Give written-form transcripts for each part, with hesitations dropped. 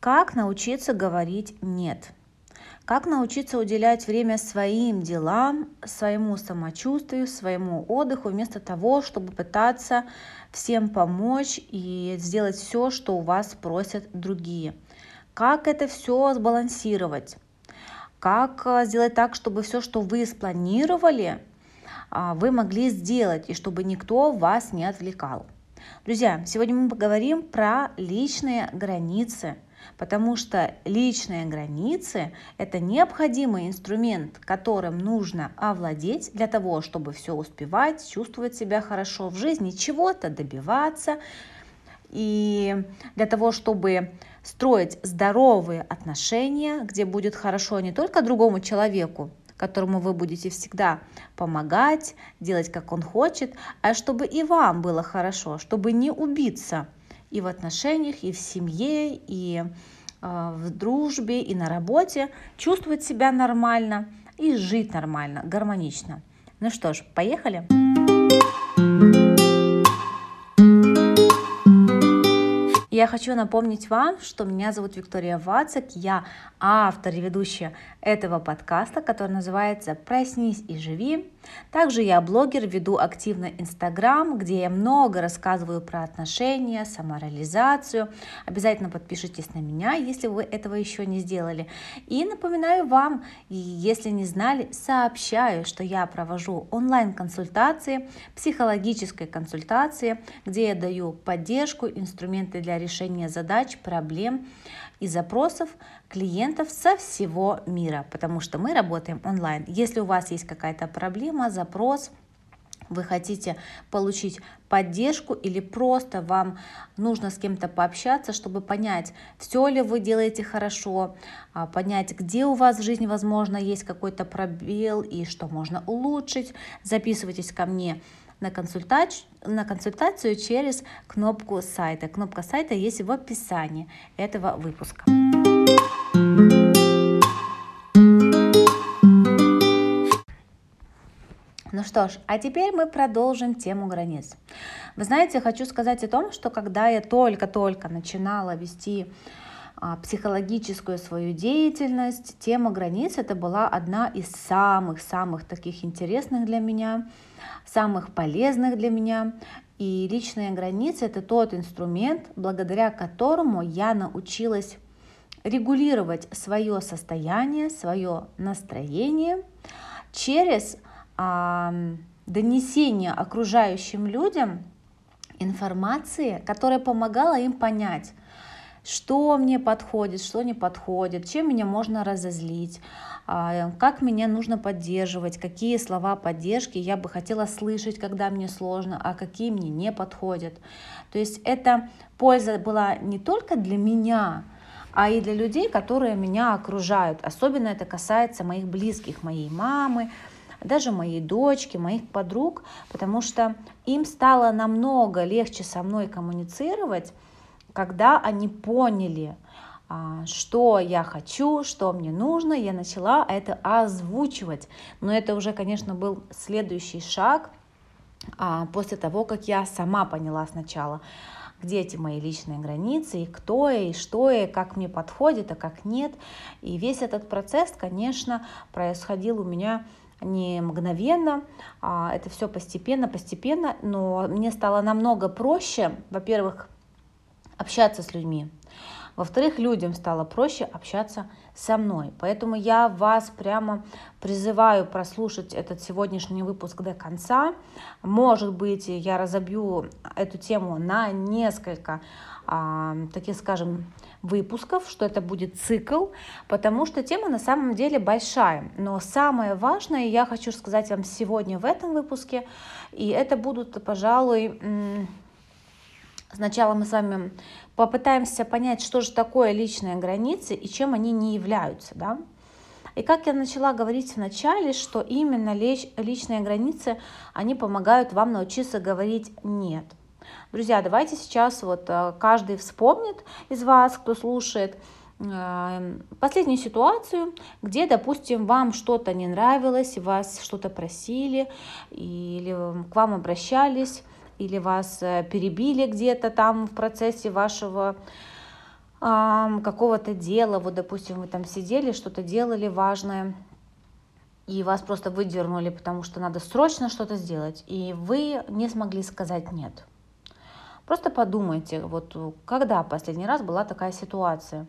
Как научиться говорить «нет»? Как научиться уделять время своим делам, своему самочувствию, своему отдыху, вместо того, чтобы пытаться всем помочь и сделать все, что у вас просят другие? Как это все сбалансировать? Как сделать так, чтобы все, что вы спланировали, вы могли сделать, и чтобы никто вас не отвлекал? Друзья, сегодня мы поговорим про личные границы, потому что личные границы – это необходимый инструмент, которым нужно овладеть для того, чтобы все успевать, чувствовать себя хорошо в жизни, чего-то добиваться. И для того, чтобы строить здоровые отношения, где будет хорошо не только другому человеку, которому вы будете всегда помогать, делать, как он хочет, а чтобы и вам было хорошо, чтобы не убиться и в отношениях, и в семье, и в дружбе, и на работе, чувствовать себя нормально и жить нормально, гармонично. Ну что ж, поехали! Я хочу напомнить вам, что меня зовут Виктория Вацик, я автор и ведущая этого подкаста, который называется «Проснись и живи». Также я блогер, веду активно Инстаграм, где я много рассказываю про отношения, самореализацию. Обязательно подпишитесь на меня, если вы этого еще не сделали. И напоминаю вам, если не знали, сообщаю, что я провожу онлайн-консультации, психологические консультации, где я даю поддержку, инструменты для решения задач, проблем и запросов клиентов со всего мира, потому что мы работаем онлайн. Если у вас есть какая-то проблема, запрос, вы хотите получить поддержку или просто вам нужно с кем-то пообщаться, чтобы понять, все ли вы делаете хорошо, понять, где у вас в жизни, возможно, есть какой-то пробел и что можно улучшить, записывайтесь ко мне на консультацию через кнопку сайта. Кнопка сайта есть в описании этого выпуска. Ну что ж, а теперь мы продолжим тему границ. Вы знаете, хочу сказать о том, что когда я только-только начинала вести психологическую свою деятельность, тема границ это была одна из самых таких интересных для меня, самых полезных для меня. И личные границы это тот инструмент, благодаря которому я научилась регулировать свое состояние, свое настроение через донесение окружающим людям информации, которая помогала им понять, что мне подходит, что не подходит, чем меня можно разозлить, как меня нужно поддерживать, какие слова поддержки я бы хотела слышать, когда мне сложно, а какие мне не подходят. То есть эта польза была не только для меня, а и для людей, которые меня окружают. Особенно это касается моих близких, моей мамы, даже моей дочки, моих подруг, потому что им стало намного легче со мной коммуницировать, когда они поняли, что я хочу, что мне нужно, я начала это озвучивать. Но это уже, конечно, был следующий шаг после того, как я сама поняла сначала, где эти мои личные границы, и кто я, и что я, и как мне подходит, а как нет. И весь этот процесс, конечно, происходил у меня не мгновенно, это все постепенно, но мне стало намного проще, во-первых, общаться с людьми, во-вторых, людям стало проще общаться со мной. Поэтому я вас прямо призываю прослушать этот сегодняшний выпуск до конца. Может быть, я разобью эту тему на несколько, таких, скажем, выпусков, что это будет цикл, потому что тема на самом деле большая. Но самое важное я хочу сказать вам сегодня в этом выпуске, и это будут, пожалуй, сначала мы с вами попытаемся понять, что же такое личные границы и чем они не являются, да? И как я начала говорить в начале, что именно личные границы, они помогают вам научиться говорить «нет». Друзья, давайте сейчас вот каждый вспомнит из вас, кто слушает, последнюю ситуацию, где, допустим, вам что-то не нравилось, вас что-то просили, или к вам обращались, или вас перебили где-то там в процессе вашего какого-то дела. Вот, допустим, вы там сидели, что-то делали важное, и вас просто выдернули, потому что надо срочно что-то сделать, и вы не смогли сказать «нет». Просто подумайте, вот когда последний раз была такая ситуация.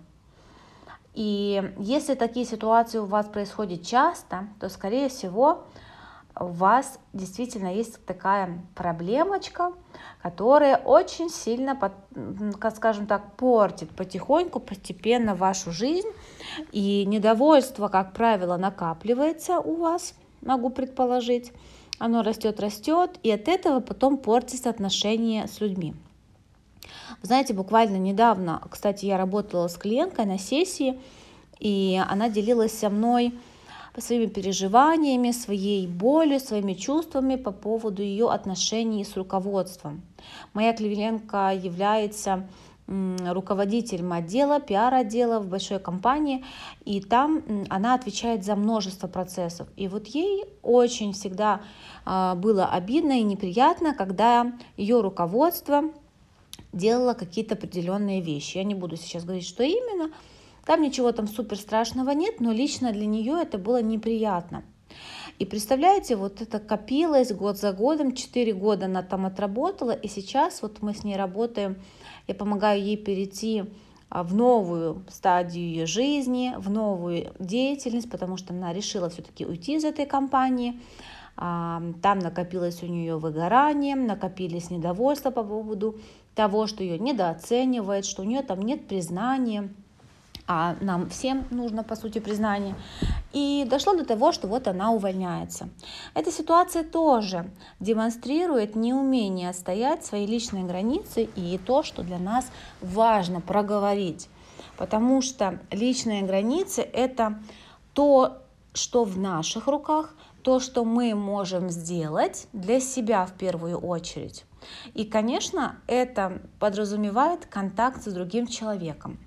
И если такие ситуации у вас происходят часто, то, скорее всего, у вас действительно есть такая проблемочка, которая очень сильно, скажем так, портит потихоньку, постепенно вашу жизнь. И недовольство, как правило, накапливается у вас, могу предположить. Оно растет, растет, и от этого потом портятся отношения с людьми. Вы знаете, буквально недавно, кстати, я работала с клиенткой на сессии, и она делилась со мной своими переживаниями, своей болью, своими чувствами по поводу ее отношений с руководством. Моя клиентка является руководителем отдела, пиар-отдела в большой компании, и там она отвечает за множество процессов. И вот ей очень всегда было обидно и неприятно, когда ее руководство делала какие-то определенные вещи. Я не буду сейчас говорить, что именно. Там ничего там супер страшного нет, но лично для нее это было неприятно. И представляете, вот это копилось год за годом, 4 года она там отработала, и сейчас вот мы с ней работаем, я помогаю ей перейти в новую стадию ее жизни, в новую деятельность, потому что она решила все-таки уйти из этой компании. Там накопилось у нее выгорание, накопились недовольства по поводу того, что ее недооценивают, что у нее там нет признания, а нам всем нужно, по сути, признание. И дошло до того, что вот она увольняется. Эта ситуация тоже демонстрирует неумение отстоять свои личные границы и то, что для нас важно проговорить. Потому что личные границы – это то, что в наших руках, то, что мы можем сделать для себя в первую очередь. И, конечно, это подразумевает контакт с другим человеком.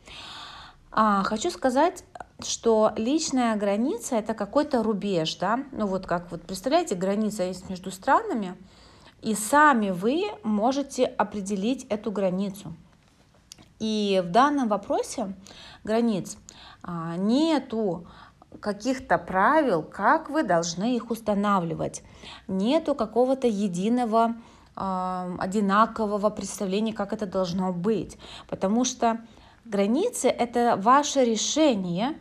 Хочу сказать, что личная граница – это какой-то рубеж, да? Ну вот как вот представляете, граница есть между странами, и сами вы можете определить эту границу. И в данном вопросе границ нету каких-то правил, как вы должны их устанавливать. Нету какого-то единого, одинакового представления, как это должно быть. Потому что границы – это ваше решение,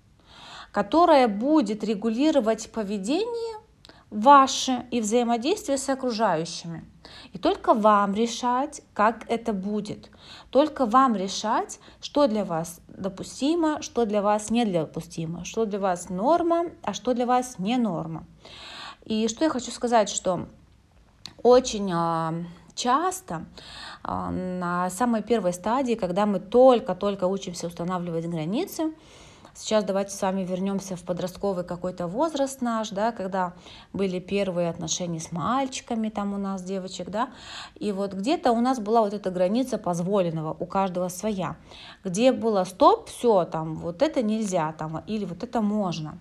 которое будет регулировать поведение ваше и взаимодействие с окружающими. И только вам решать, как это будет. Только вам решать, что для вас допустимо, что для вас недопустимо, что для вас норма, а что для вас не норма. И что я хочу сказать, что очень часто на самой первой стадии, когда мы только-только учимся устанавливать границы, сейчас давайте с вами вернемся в подростковый какой-то возраст наш, да, когда были первые отношения с мальчиками, там у нас девочек, да, и вот где-то у нас была вот эта граница позволенного, у каждого своя, где было стоп, все, там, вот это нельзя, там, или вот это можно.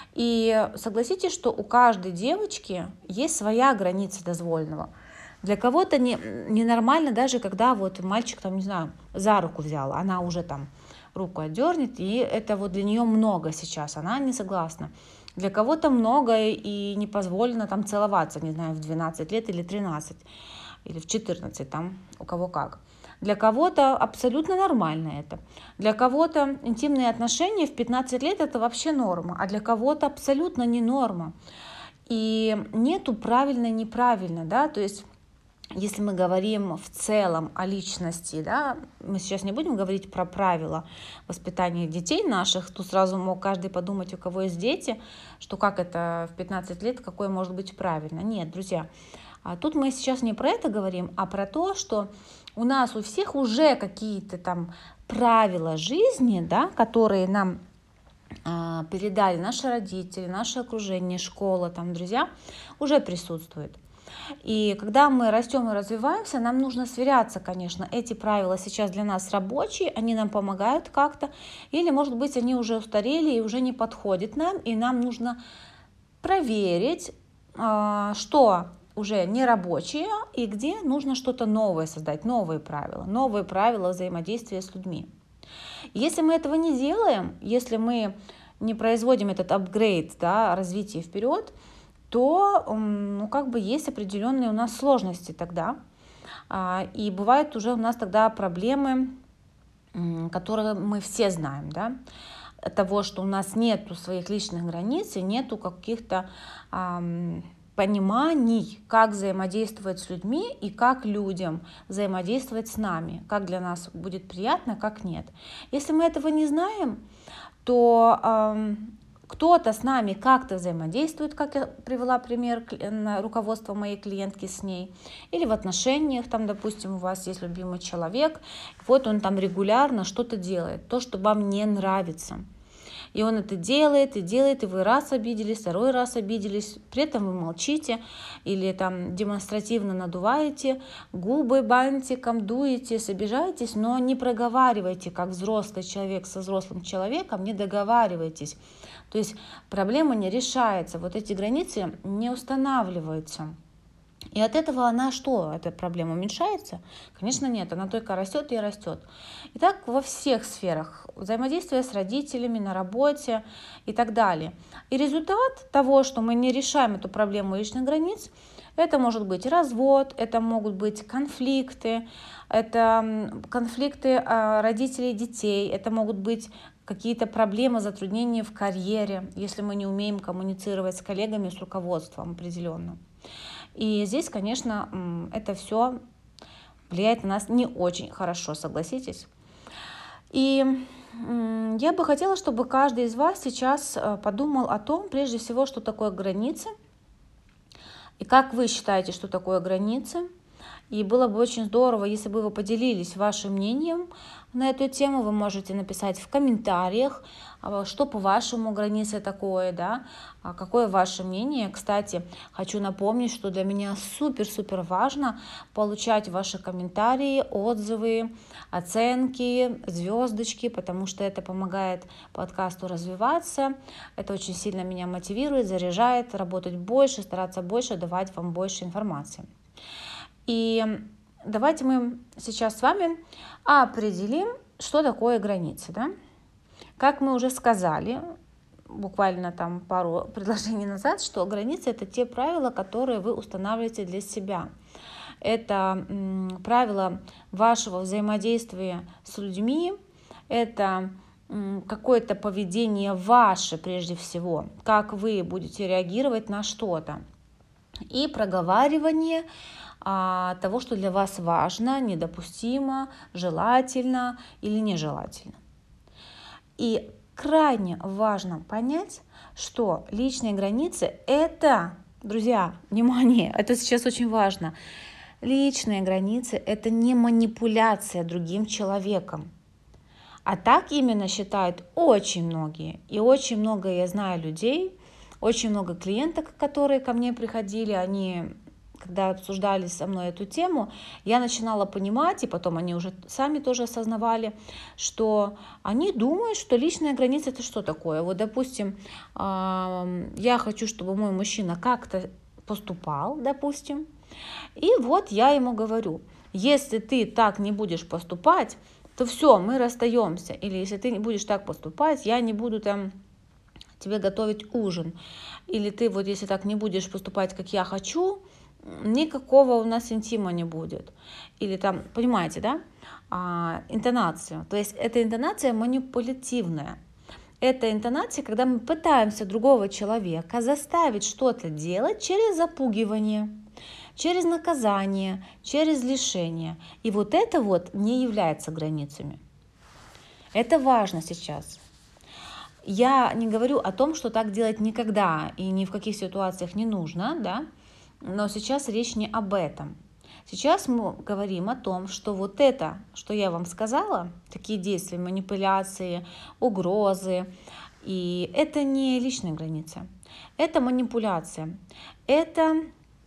И согласитесь, что у каждой девочки есть своя граница дозволенного. Для кого-то ненормально даже, когда вот мальчик, там, не знаю, за руку взял, она уже там руку отдернет, и это вот для нее много сейчас, она не согласна. Для кого-то много и не позволено там целоваться, не знаю, в 12 лет или 13, или в 14, там у кого как. Для кого-то абсолютно нормально это. Для кого-то интимные отношения в 15 лет это вообще норма, а для кого-то абсолютно не норма. И нету правильно-неправильно, да, то есть если мы говорим в целом о личности, да, мы сейчас не будем говорить про правила воспитания детей наших, тут сразу мог каждый подумать, у кого есть дети, что как это в 15 лет, какое может быть правильно. Нет, друзья, тут мы сейчас не про это говорим, а про то, что у нас у всех уже какие-то там правила жизни, да, которые нам передали наши родители, наше окружение, школа, там, друзья, уже присутствуют. И когда мы растем и развиваемся, нам нужно сверяться, конечно, эти правила сейчас для нас рабочие, они нам помогают как-то, или, может быть, они уже устарели и уже не подходят нам, и нам нужно проверить, что уже не рабочие, и где нужно что-то новое создать, новые правила взаимодействия с людьми. Если мы этого не делаем, если мы не производим этот апгрейд, да, развитие вперед, то есть определенные у нас сложности тогда. И бывают уже у нас тогда проблемы, которые мы все знаем, да, того, что у нас нету своих личных границ и нету каких-то пониманий, как взаимодействовать с людьми и как людям взаимодействовать с нами, как для нас будет приятно, как нет. Если мы этого не знаем, то кто-то с нами как-то взаимодействует, как я привела пример на руководство моей клиентки с ней, или в отношениях, там, допустим, у вас есть любимый человек, вот он там регулярно что-то делает, то, что вам не нравится. И он это делает, и вы раз обиделись, второй раз обиделись, при этом вы молчите или там демонстративно надуваете губы бантиком, дуетесь, обижаетесь, но не проговаривайте, как взрослый человек со взрослым человеком, не договаривайтесь. То есть проблема не решается, вот эти границы не устанавливаются. И от этого она что? Эта проблема уменьшается? Конечно, нет, она только растет и растет. И так во всех сферах взаимодействия с родителями, на работе и так далее. И результат того, что мы не решаем эту проблему личных границ, это может быть развод, это могут быть конфликты, это конфликты родителей и детей, это могут быть какие-то проблемы, затруднения в карьере, если мы не умеем коммуницировать с коллегами, с руководством определенно. И здесь, конечно, это все влияет на нас не очень хорошо, согласитесь. И я бы хотела, чтобы каждый из вас сейчас подумал о том, прежде всего, что такое границы, и как вы считаете, что такое границы. И было бы очень здорово, если бы вы поделились вашим мнением на эту тему. Вы можете написать в комментариях, что по-вашему границы такое, да, какое ваше мнение. Кстати, хочу напомнить, что для меня супер-супер важно получать ваши комментарии, отзывы, оценки, звездочки, потому что это помогает подкасту развиваться. Это очень сильно меня мотивирует, заряжает работать больше, стараться больше, давать вам больше информации. И давайте мы сейчас с вами определим, что такое границы. Да? Как мы уже сказали, буквально там пару предложений назад, что границы — это те правила, которые вы устанавливаете для себя. Это правила вашего взаимодействия с людьми, это какое-то поведение ваше прежде всего, как вы будете реагировать на что-то. И проговаривание того, что для вас важно, недопустимо, желательно или нежелательно. И крайне важно понять, что личные границы — это, друзья, внимание, это сейчас очень важно, личные границы — это не манипуляция другим человеком. А так именно считают очень многие. И очень много я знаю людей, очень много клиенток, которые ко мне приходили, они, когда обсуждали со мной эту тему, я начинала понимать, и потом они уже сами тоже осознавали, что они думают, что личная граница — это что такое? Вот, допустим, я хочу, чтобы мой мужчина как-то поступал, допустим, и вот я ему говорю: если ты так не будешь поступать, то все, мы расстаемся. Или если ты не будешь так поступать, я не буду там тебе готовить ужин. Или ты вот если так не будешь поступать, как я хочу, никакого у нас интима не будет. Или там, понимаете, да, интонация. То есть эта интонация манипулятивная. Это интонация, когда мы пытаемся другого человека заставить что-то делать через запугивание, через наказание, через лишение. И вот это вот не является границами. Это важно сейчас. Я не говорю о том, что так делать никогда и ни в каких ситуациях не нужно, да? Но сейчас речь не об этом. Сейчас мы говорим о том, что вот это, что я вам сказала, такие действия, манипуляции, угрозы, и это не личные границы, это манипуляция. Это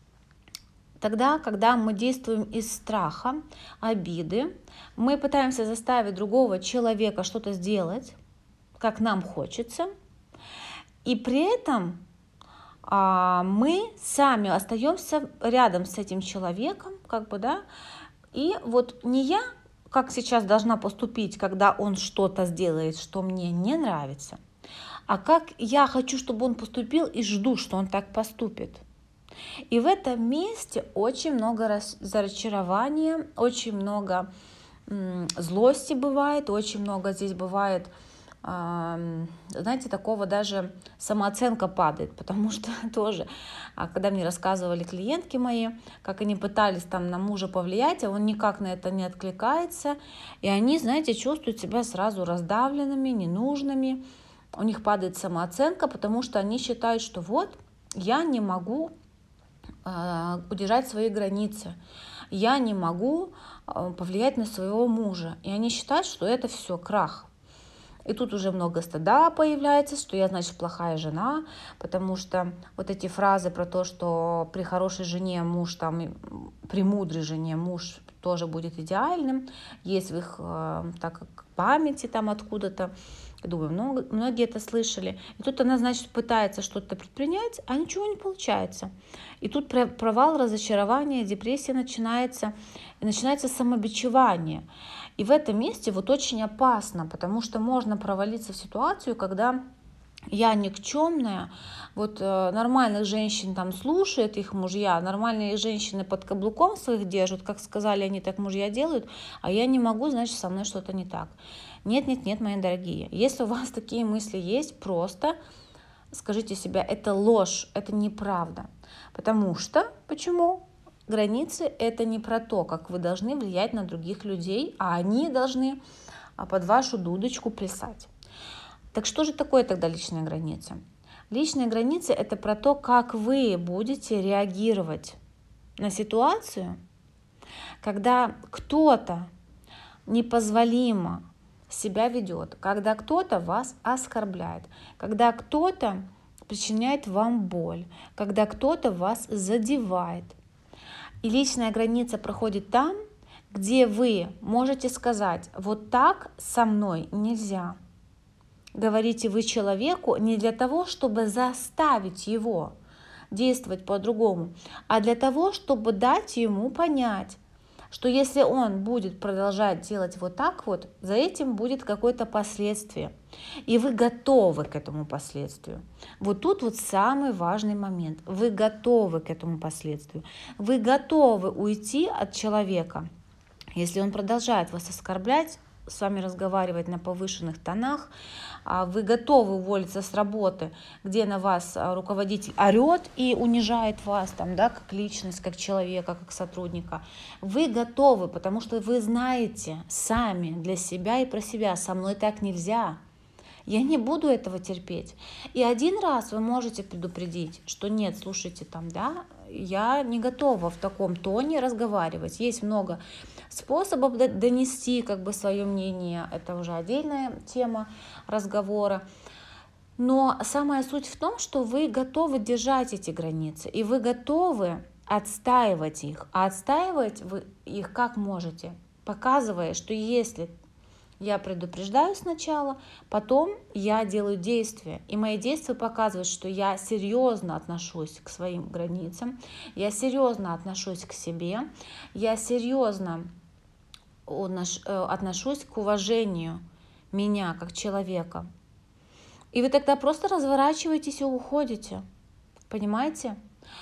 тогда, когда мы действуем из страха, обиды, мы пытаемся заставить другого человека что-то сделать, как нам хочется, и при этом мы сами остаемся рядом с этим человеком, как бы, да, и вот не я как сейчас должна поступить, когда он что-то сделает, что мне не нравится, а как я хочу, чтобы он поступил, и жду, что он так поступит. И в этом месте очень много разочарования, очень много злости бывает, очень много здесь бывает, знаете, такого даже самооценка падает, потому что тоже, когда мне рассказывали клиентки мои, как они пытались там на мужа повлиять, а он никак на это не откликается, и они, знаете, чувствуют себя сразу раздавленными, ненужными, у них падает самооценка, потому что они считают, что вот я не могу удержать свои границы, я не могу повлиять на своего мужа. И они считают, что это все крах. И тут уже много стыда появляется, что я, значит, плохая жена, потому что вот эти фразы про то, что при хорошей жене муж, там, при мудрой жене муж тоже будет идеальным, есть в их так как памяти там откуда-то. Я думаю, многие это слышали. И тут она, значит, пытается что-то предпринять, а ничего не получается. И тут провал, разочарование, депрессия начинается, и начинается самобичевание. И в этом месте вот очень опасно, потому что можно провалиться в ситуацию, когда я никчемная, вот нормальных женщин там слушают их мужья, нормальные женщины под каблуком своих держат, как сказали они, так мужья делают, а я не могу, значит, со мной что-то не так. Нет, нет, нет, мои дорогие, если у вас такие мысли есть, просто скажите себе, это ложь, это неправда. Потому что, почему? Границы — это не про то, как вы должны влиять на других людей, а они должны под вашу дудочку плясать. Так что же такое тогда личная граница? Личная граница — это про то, как вы будете реагировать на ситуацию, когда кто-то непозволимо себя ведет, когда кто-то вас оскорбляет, когда кто-то причиняет вам боль, когда кто-то вас задевает. И личная граница проходит там, где вы можете сказать: вот так со мной нельзя. Говорите вы человеку не для того, чтобы заставить его действовать по-другому, а для того, чтобы дать ему понять, что если он будет продолжать делать вот так вот, за этим будет какое-то последствие. И вы готовы к этому последствию. Вот тут вот самый важный момент. Вы готовы к этому последствию. Вы готовы уйти от человека, если он продолжает вас оскорблять, с вами разговаривать на повышенных тонах, вы готовы уволиться с работы, где на вас руководитель орет и унижает вас там, да, как личность, как человека, как сотрудника. Вы готовы, потому что вы знаете сами для себя и про себя: со мной так нельзя. Я не буду этого терпеть. И один раз вы можете предупредить, что нет, слушайте, там, да, я не готова в таком тоне разговаривать. Есть много способов донести как бы свое мнение. Это уже отдельная тема разговора. Но самая суть в том, что вы готовы держать эти границы, и вы готовы отстаивать их. А отстаивать вы их как можете, показывая, что если я предупреждаю сначала, потом я делаю действия. И мои действия показывают, что я серьезно отношусь к своим границам, я серьезно отношусь к себе, я серьезно отношусь к уважению меня как человека. И вы тогда просто разворачиваетесь и уходите. Понимаете?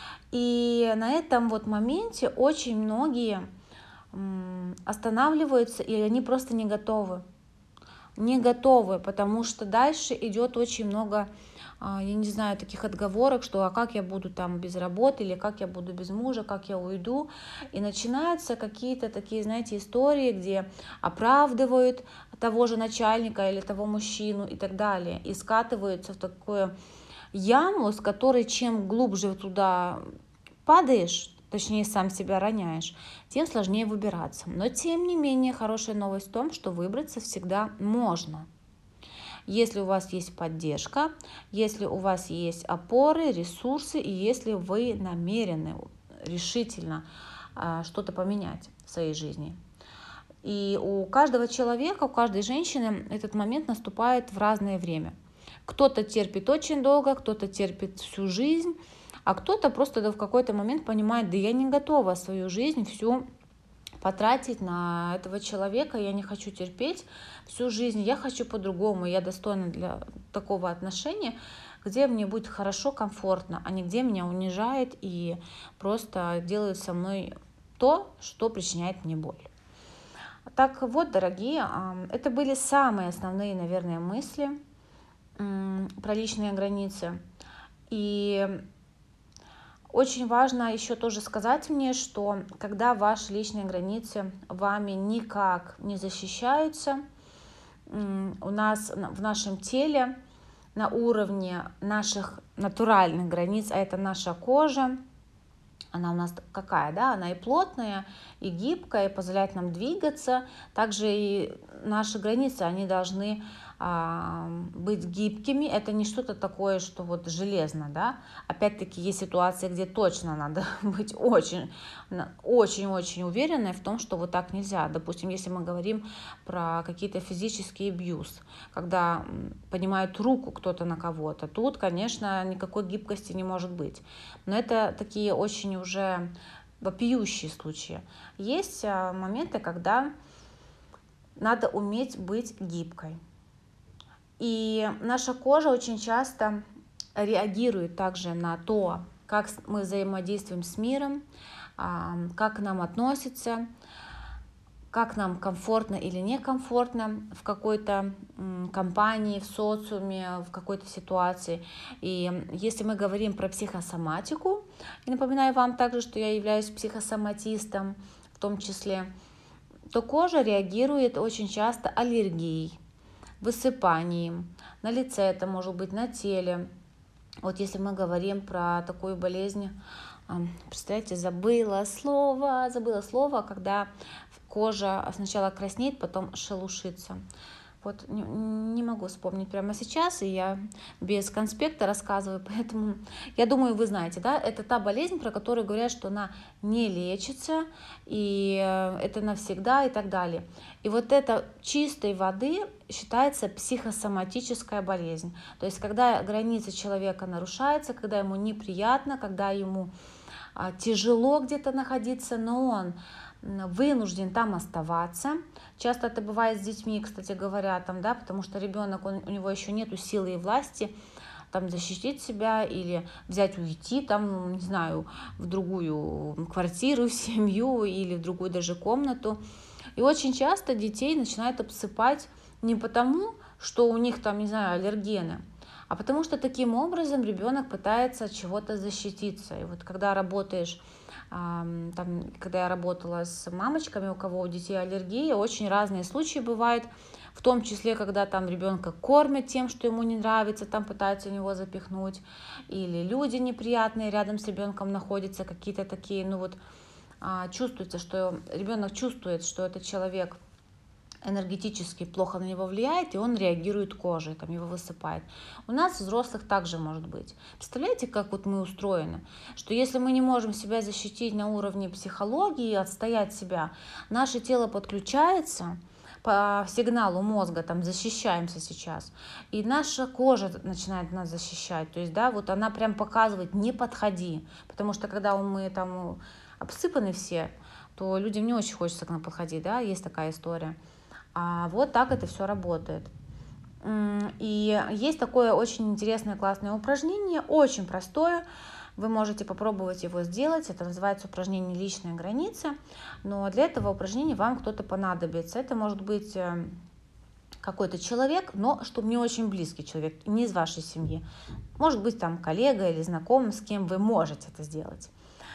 И на этом вот моменте очень многие останавливаются, и они просто не готовы. Не готовы, потому что дальше идет очень много, я не знаю, таких отговорок, что а как я буду там без работы, или как я буду без мужа, как я уйду. И начинаются какие-то такие, знаете, истории, где оправдывают того же начальника или того мужчину и так далее. И скатываются в такую яму, с которой чем глубже туда падаешь, точнее сам себя роняешь, тем сложнее выбираться. Но тем не менее хорошая новость в том, что выбраться всегда можно. Если у вас есть поддержка, если у вас есть опоры, ресурсы, и если вы намерены решительно что-то поменять в своей жизни. И у каждого человека, у каждой женщины этот момент наступает в разное время. Кто-то терпит очень долго, кто-то терпит всю жизнь, а кто-то просто в какой-то момент понимает: да я не готова свою жизнь всю потратить на этого человека, я не хочу терпеть всю жизнь, я хочу по-другому, я достойна для такого отношения, где мне будет хорошо, комфортно, а не где меня унижает и просто делает со мной то, что причиняет мне боль. Так вот, дорогие, это были самые основные, наверное, мысли про личные границы. И очень важно еще тоже сказать мне, что когда ваши личные границы вами никак не защищаются, у нас в нашем теле на уровне наших натуральных границ, а это наша кожа, она у нас какая, да, она и плотная, и гибкая, и позволяет нам двигаться. Также и наши границы, они должны быть гибкими. Это не что-то такое, что вот железно, да. Опять-таки есть ситуации, где точно надо быть очень-очень уверенной в том, что вот так нельзя. Допустим, если мы говорим про какие-то физические абьюз, когда поднимают руку кто-то на кого-то, тут, конечно, никакой гибкости не может быть. Но это такие очень уже вопиющие случаи. Есть моменты, когда надо уметь быть гибкой. И наша кожа очень часто реагирует также на то, как мы взаимодействуем с миром, как к нам относятся, как нам комфортно или некомфортно в какой-то компании, в социуме, в какой-то ситуации. И если мы говорим про психосоматику, и напоминаю вам также, что я являюсь психосоматистом в том числе, то кожа реагирует очень часто аллергией, высыпанием, на лице это может быть, на теле. Вот если мы говорим про такую болезнь, представляете, забыла слово, когда кожа сначала краснеет, потом шелушится. Вот не могу вспомнить прямо сейчас, и я без конспекта рассказываю, поэтому я думаю, вы знаете, да, это та болезнь, про которую говорят, что она не лечится, и это навсегда и так далее. И вот это чистой воды считается психосоматическая болезнь. То есть когда границы человека нарушаются, когда ему неприятно, когда ему тяжело где-то находиться, но он вынужден там оставаться. Часто это бывает с детьми, кстати говоря, там, да, потому что ребенок, у него еще нету силы и власти там защитить себя или взять, уйти, там, не знаю, в другую квартиру, семью или в другую даже комнату. И очень часто детей начинают обсыпать не потому, что у них там, не знаю, аллергены, а потому что таким образом ребенок пытается от чего-то защититься. И вот когда работаешь, когда я работала с мамочками, у кого у детей аллергия, очень разные случаи бывают, в том числе, когда там ребенка кормят тем, что ему не нравится, там пытаются в него запихнуть, или люди неприятные рядом с ребенком находятся, какие-то такие, ну вот, чувствуется, что ребенок чувствует, что этот человек энергетически плохо на него влияет, и он реагирует кожей, там его высыпает. У нас, взрослых, также может быть. Представляете, как вот мы устроены? Что если мы не можем себя защитить на уровне психологии, отстоять себя, наше тело подключается по сигналу мозга, там, защищаемся сейчас, и наша кожа начинает нас защищать. То есть, да, вот она прям показывает, не подходи, потому что когда мы там обсыпаны все, то людям не очень хочется к нам подходить, да, есть такая история. А вот так это все работает. И есть такое очень интересное, классное упражнение, очень простое. Вы можете попробовать его сделать. Это называется упражнение «Личная граница». Но для этого упражнения вам кто-то понадобится. Это может быть какой-то человек, но чтобы не очень близкий человек, не из вашей семьи. Может быть, там коллега или знакомый, с кем вы можете это сделать.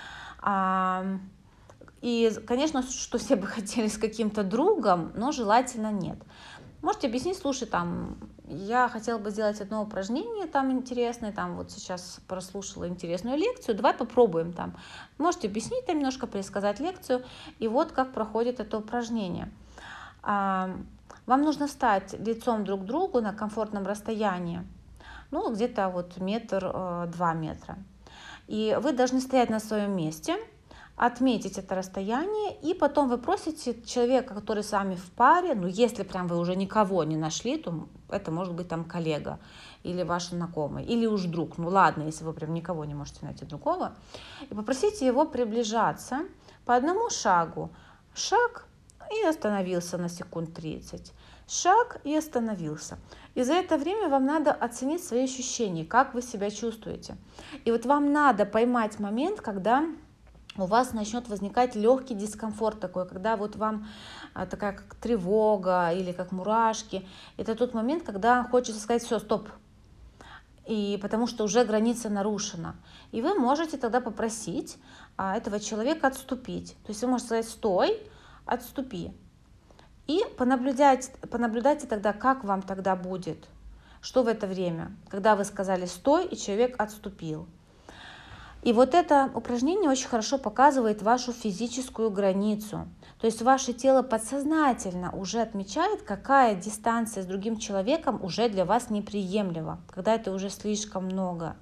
И, конечно, что все бы хотели с каким-то другом, но желательно нет. Можете объяснить, слушай, там, я хотела бы сделать одно упражнение там интересное, там вот сейчас прослушала интересную лекцию, давай попробуем там. Можете объяснить там немножко, пересказать лекцию, и вот как проходит это упражнение. Вам нужно встать лицом друг к другу на комфортном расстоянии, ну, где-то вот 1-2 метра. И вы должны стоять на своем месте, отметить это расстояние, и потом вы просите человека, который с вами в паре, ну если прям вы уже никого не нашли, то это может быть там коллега или ваш знакомый, или уж друг, ну ладно, если вы прям никого не можете найти другого, и попросите его приближаться по одному шагу Шаг и остановился на секунд 30. Шаг и остановился. И за это время вам надо оценить свои ощущения, как вы себя чувствуете. И вот вам надо поймать момент, когда у вас начнет возникать легкий дискомфорт такой, когда вот вам такая как тревога или как мурашки. Это тот момент, когда хочется сказать: все, стоп. И потому что уже граница нарушена. И вы можете тогда попросить этого человека отступить. То есть вы можете сказать: стой, отступи. И понаблюдайте тогда, как вам тогда будет, что в это время, когда вы сказали стой, и человек отступил. И вот это упражнение очень хорошо показывает вашу физическую границу. То есть ваше тело подсознательно уже отмечает, какая дистанция с другим человеком уже для вас неприемлема, когда это уже слишком много.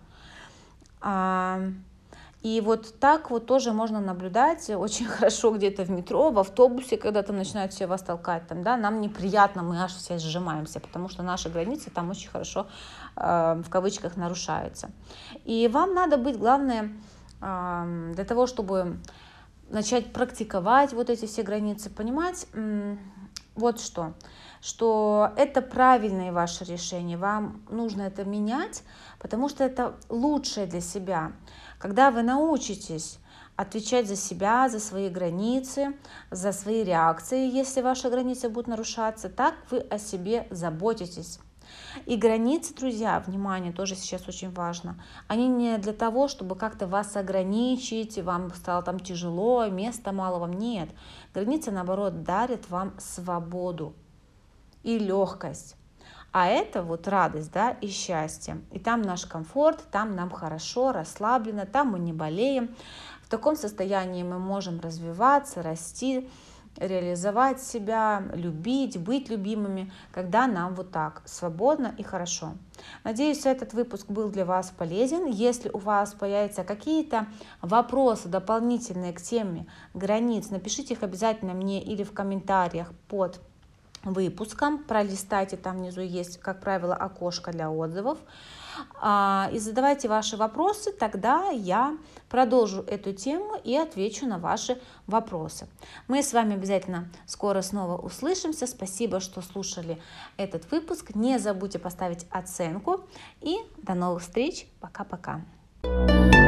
И вот так вот тоже можно наблюдать очень хорошо где-то в метро, в автобусе, когда там начинают все вас толкать, там, да, нам неприятно, мы аж все сжимаемся, потому что наши границы там очень хорошо, в кавычках, нарушаются. И вам надо быть, главное, для того, чтобы начать практиковать вот эти все границы, понимать вот что это правильное ваше решение, вам нужно это менять, потому что это лучшее для себя. Когда вы научитесь отвечать за себя, за свои границы, за свои реакции, если ваши границы будут нарушаться, так вы о себе заботитесь. И границы, друзья, внимание, тоже сейчас очень важно, они не для того, чтобы как-то вас ограничить, вам стало там тяжело, места мало вам, нет. Границы, наоборот, дарят вам свободу и легкость. А это вот радость, да, и счастье. И там наш комфорт, там нам хорошо, расслаблено, там мы не болеем. В таком состоянии мы можем развиваться, расти, реализовать себя, любить, быть любимыми, когда нам вот так свободно и хорошо. Надеюсь, этот выпуск был для вас полезен. Если у вас появятся какие-то вопросы дополнительные к теме границ, напишите их обязательно мне или в комментариях под выпуском, пролистайте, там внизу есть, как правило, окошко для отзывов, и задавайте ваши вопросы, тогда я продолжу эту тему и отвечу на ваши вопросы. Мы с вами обязательно скоро снова услышимся. Спасибо, что слушали этот выпуск. Не забудьте поставить оценку и до новых встреч. Пока-пока.